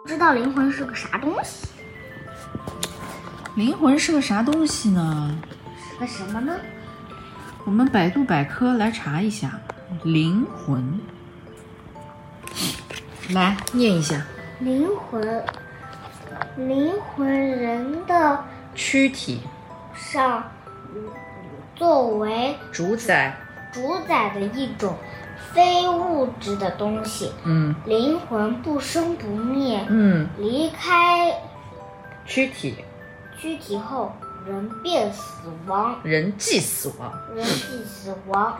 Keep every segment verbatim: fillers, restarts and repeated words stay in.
知道灵魂是个啥东西？ 灵魂是个啥东西呢？ 是个什么呢？ 我们百度百科来查一下，灵魂。来念一下。 灵魂，灵魂人的躯体上作为主宰， 主宰的一种非物质的东西。 嗯灵魂不生不灭， 嗯， 离开躯体， 躯体后，人便死亡， 人即死亡。 人即死亡。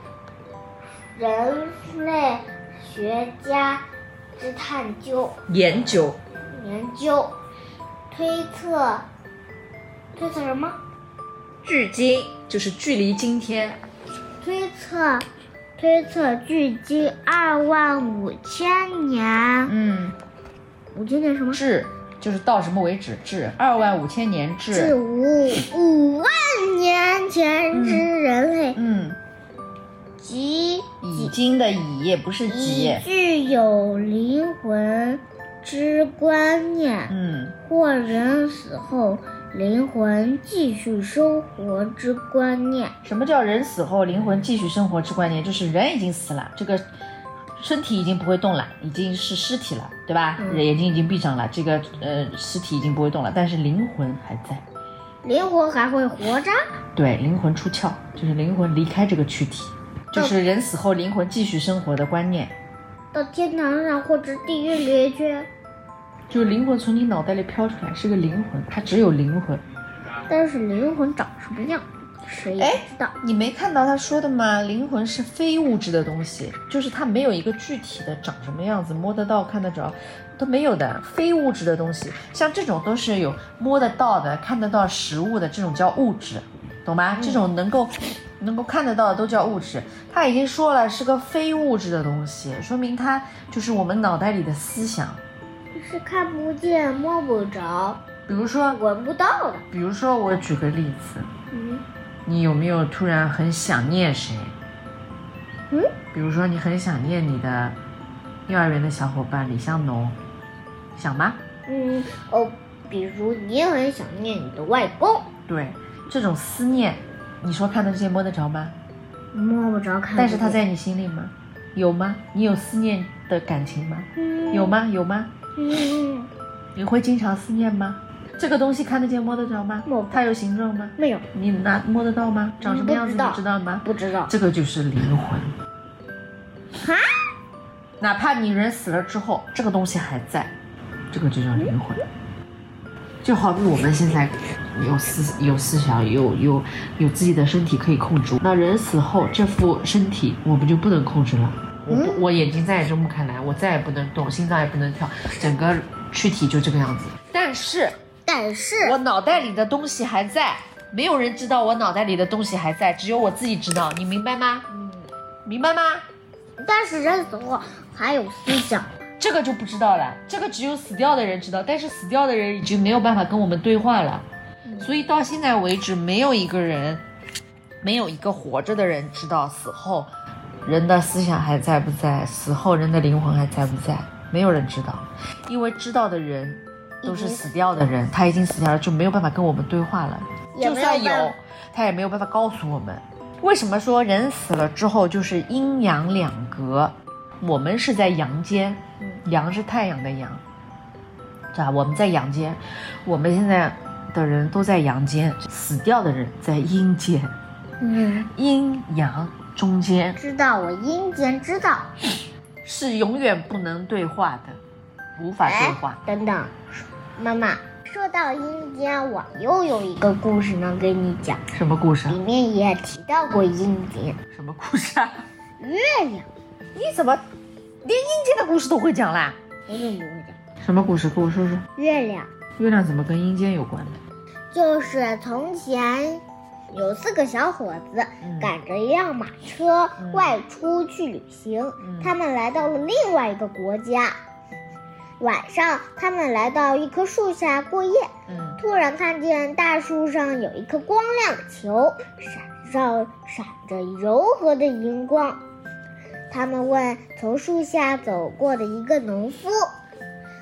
人类学家之探究、 研究， 研究、推测，推测什么？ 距今就是距离今天， 推测，推测距今二万五千年。 嗯， 五千年什么？ 至就是到什么为止？至二万五千年至至五五万年前之人类， 嗯， 即已经的已也不是已己， 具有灵魂之观念， 嗯或人死后灵魂继续生活之观念。 什么叫人死后灵魂继续生活之观念？就是人已经死了，这个身体已经不会动了，已经是尸体了，对吧？ 嗯眼睛已经闭上了，这个呃尸体已经不会动了，但是灵魂还在。 灵魂还会活着？ 对，灵魂出窍，就是灵魂离开这个躯体，就是人死后灵魂继续生活的观念。 到天堂上或者地狱里去？ 就是灵魂从你脑袋里飘出来，是个灵魂，它只有灵魂。 但是灵魂长什么样，谁也不知道。 你没看到他说的吗？灵魂是非物质的东西，就是它没有一个具体的长什么样子，摸得到、看得着，都没有的。非物质的东西，像这种都是有摸得到的、看得到实物的，这种叫物质，懂吗？嗯、这种能够能够看得到的都叫物质。他已经说了是个非物质的东西，说明它就是我们脑袋里的思想。 是看不见摸不着， 比如说闻不到的。 比如说我举个例子， 嗯， 你有没有突然很想念谁？ 嗯， 比如说你很想念你的幼儿园的小伙伴李香农，想吗？ 嗯哦，比如你也很想念你的外公。 对，这种思念，你说看得见摸得着吗？ 摸不着看不见。 但是他在你心里吗？有吗？你有思念的感情吗？ 嗯， 有吗？有吗？ 嗯， 你会经常思念吗？这个东西看得见摸得着吗？ 摸不它有形状吗？ 没有。 你拿摸得到吗？长什么样子不知道你知道吗？ 不知道。 这个就是灵魂。 哈？ 哪怕你人死了之后，这个东西还在，这个就叫灵魂。就好比我们现在有思有思想，有有有自己的身体可以控制，那人死后这副身体我们就不能控制了。我不我眼睛再也睁不开来，我再也不能动，心脏也不能跳，整个躯体就这个样子。但是但是我脑袋里的东西还在，没有人知道我脑袋里的东西还在，只有我自己知道，你明白吗？ 嗯， 明白吗？ 但是人死后还有思想， 这个就不知道了，这个只有死掉的人知道，但是死掉的人已经没有办法跟我们对话了，嗯、所以到现在为止，没有一个人，没有一个活着的人知道死后人的思想还在不在，死后人的灵魂还在不在，没有人知道，因为知道的人都是死掉的人，他已经死掉了，就没有办法跟我们对话了，就算有，他也没有办法告诉我们。为什么说人死了之后就是阴阳两隔？我们是在阳间，阳是太阳的阳，知道吧？我们在阳间，我们现在的人都在阳间，死掉的人在阴间， 嗯， 阴阳中间。 知道，我阴间知道， 是永远不能对话的，无法对话。 等等，妈妈。说到阴间，我又有一个故事能给你讲。 什么故事？ 里面也提到过阴间。 什么故事啊？ 月亮。 你怎么连阴间的故事都会讲啦？ 我怎么不会讲？ 什么故事？跟我说说。 月亮。 月亮怎么跟阴间有关呢？ 就是从前有四个小伙子、嗯、赶着一辆马车、嗯、外出去旅行、嗯、他们来到了另外一个国家。晚上他们来到一棵树下过夜、嗯、突然看见大树上有一颗光亮的球，闪着闪着柔和的荧光。他们问从树下走过的一个农夫，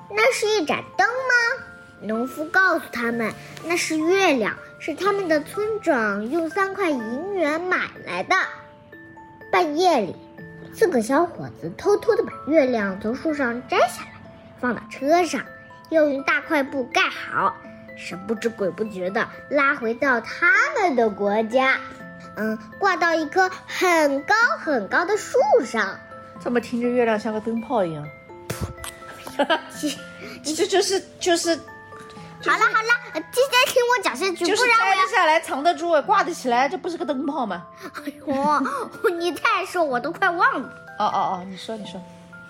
那是一盏灯吗？农夫告诉他们，那是月亮，是他们的村长用三块银元买来的。半夜里，四个小伙子偷偷地把月亮从树上摘下来，放到车上，又用大块布盖好，神不知鬼不觉地拉回到他们的国家。嗯，挂到一棵很高很高的树上。 这么听着，月亮像个灯泡一样。这就是就是。 好了好了，接下来听我讲下去， 就是不然摘得下来，藏得住，挂得起来，这不是个灯泡吗？ 哎呦，你太瘦，我都快忘了。 哦哦哦，你说你说。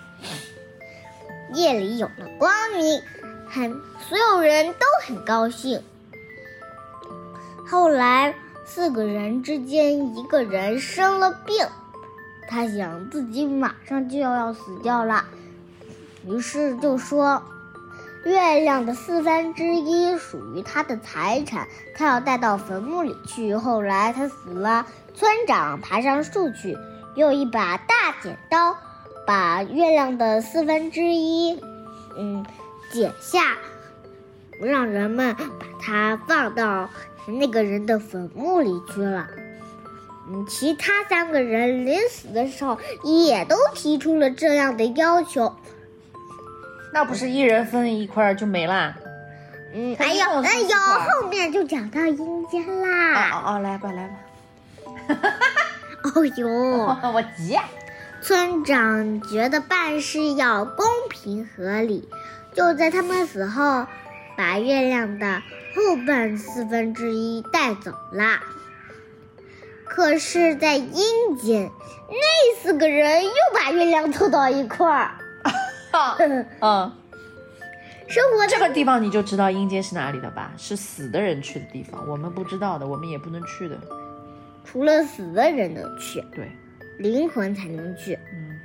夜里有了光明，很所有人都很高兴。后来四个人之间，一个人生了病，他想自己马上就要死掉了，于是就说。月亮的四分之一属于他的财产，他要带到坟墓里去。后来他死了，村长爬上树去，用一把大剪刀把月亮的四分之一，嗯，剪下，让人们把它放到那个人的坟墓里去了。嗯，其他三个人临死的时候也都提出了这样的要求。 那不是一人分一块就没啦？ 嗯，哎呦，哎呦，后面就讲到阴间啦。 哦哦哦，来吧来吧。 哦呦， 我急。 村长觉得办事要公平合理，就在他们死后，把月亮的后半四分之一带走了。可是，在阴间，那四个人又把月亮凑到一块儿。 嗯， 生活这个地方你就知道阴间是哪里的吧？是死的人去的地方，我们不知道的，我们也不能去的。 除了死的人能去， 对， 灵魂才能去。 嗯，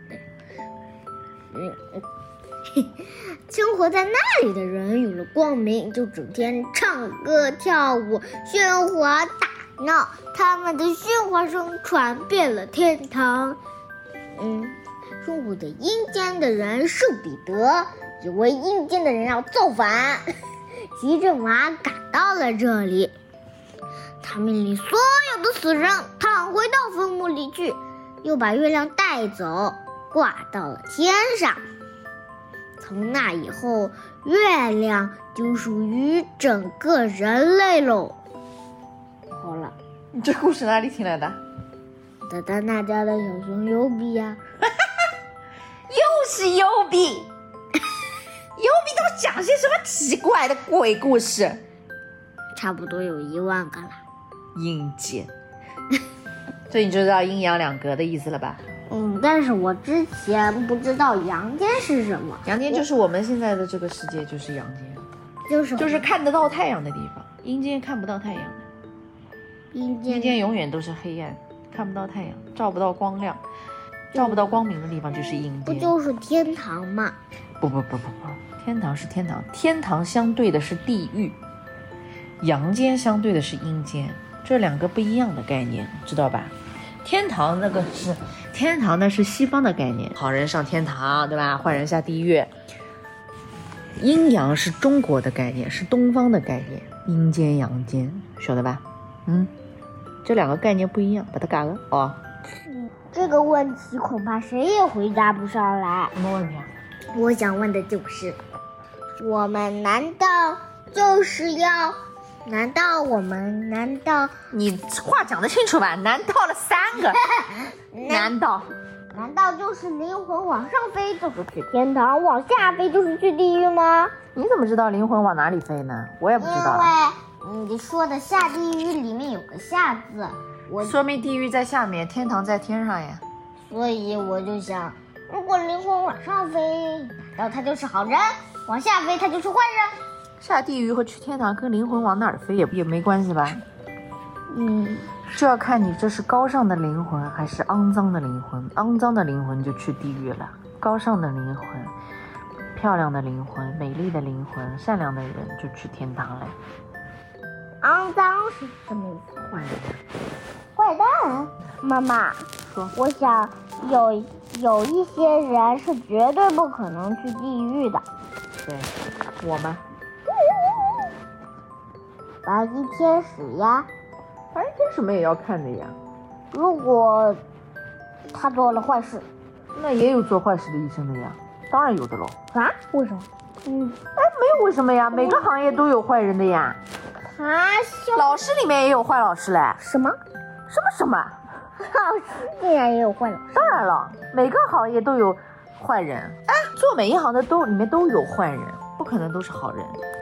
嗯嗯，生活在那里的人有了光明，就整天唱歌跳舞，喧哗打闹，他们的喧哗声传遍了天堂。嗯。生活在阴间的人圣彼得以为阴间的人要造反，骑着马赶到了这里。他命令所有的死人躺回到坟墓里去，又把月亮带走，挂到了天上。从那以后，月亮就属于整个人类喽。好了， 你这故事哪里听来的？ 达达那家的小熊尤比呀。 又是尤比，尤比都讲些什么奇怪的鬼故事？ 差不多有一万个了。 阴间，所以你就知道阴阳两隔的意思了吧？ 嗯，但是我之前不知道阳间是什么。 阳间就是我们现在的这个世界，就是阳间， 就是就是看得到太阳的地方。阴间看不到太阳的， 阴间阴间永远都是黑暗，看不到太阳，照不到光亮。照不到光明的地方就是阴间， 不就是天堂吗？ 不不不不不，天堂是天堂，天堂相对的是地狱，阳间相对的是阴间，这两个不一样的概念，知道吧？天堂那个是天堂，那是西方的概念，好人上天堂，对吧？坏人下地狱。阴阳是中国的概念，是东方的概念，阴间阳间，晓得吧？嗯，这两个概念不一样，把它改了哦。 这个问题恐怕谁也回答不上来。 什么问题啊？ 我想问的就是，我们难道就是要？难道我们难道？ 你话讲得清楚吧？难道了三个？难道？ 难道就是灵魂往上飞就是去天堂，往下飞就是去地狱吗？ 你怎么知道灵魂往哪里飞呢？我也不知道。 因为你说的下地狱里面有个下字。我说明地狱在下面，天堂在天上呀。 所以我就想，如果灵魂往上飞，难道他就是好人？往下飞，他就是坏人？ 下地狱和去天堂跟灵魂往哪儿飞也也没关系吧？ 嗯， 这要看你这是高尚的灵魂还是肮脏的灵魂。肮脏的灵魂就去地狱了，高尚的灵魂、漂亮的灵魂、美丽的灵魂、善良的人就去天堂了。 肮脏是什么意思？坏人。坏蛋，妈妈说，我想有有一些人是绝对不可能去地狱的， 对，我吗？ 白衣天使呀。 白衣天使们也要看的呀。 如果他做了坏事， 那也有做坏事的医生的呀，当然有的喽。 啊？为什么？嗯， 哎，没有为什么呀，每个行业都有坏人的呀。 啊， 老师里面也有坏老师嘞。 什么？ 什么什么？ 老师竟然也有坏老师？ 当然了，每个行业都有坏人。哎，做每一行的都里面都有坏人，不可能都是好人。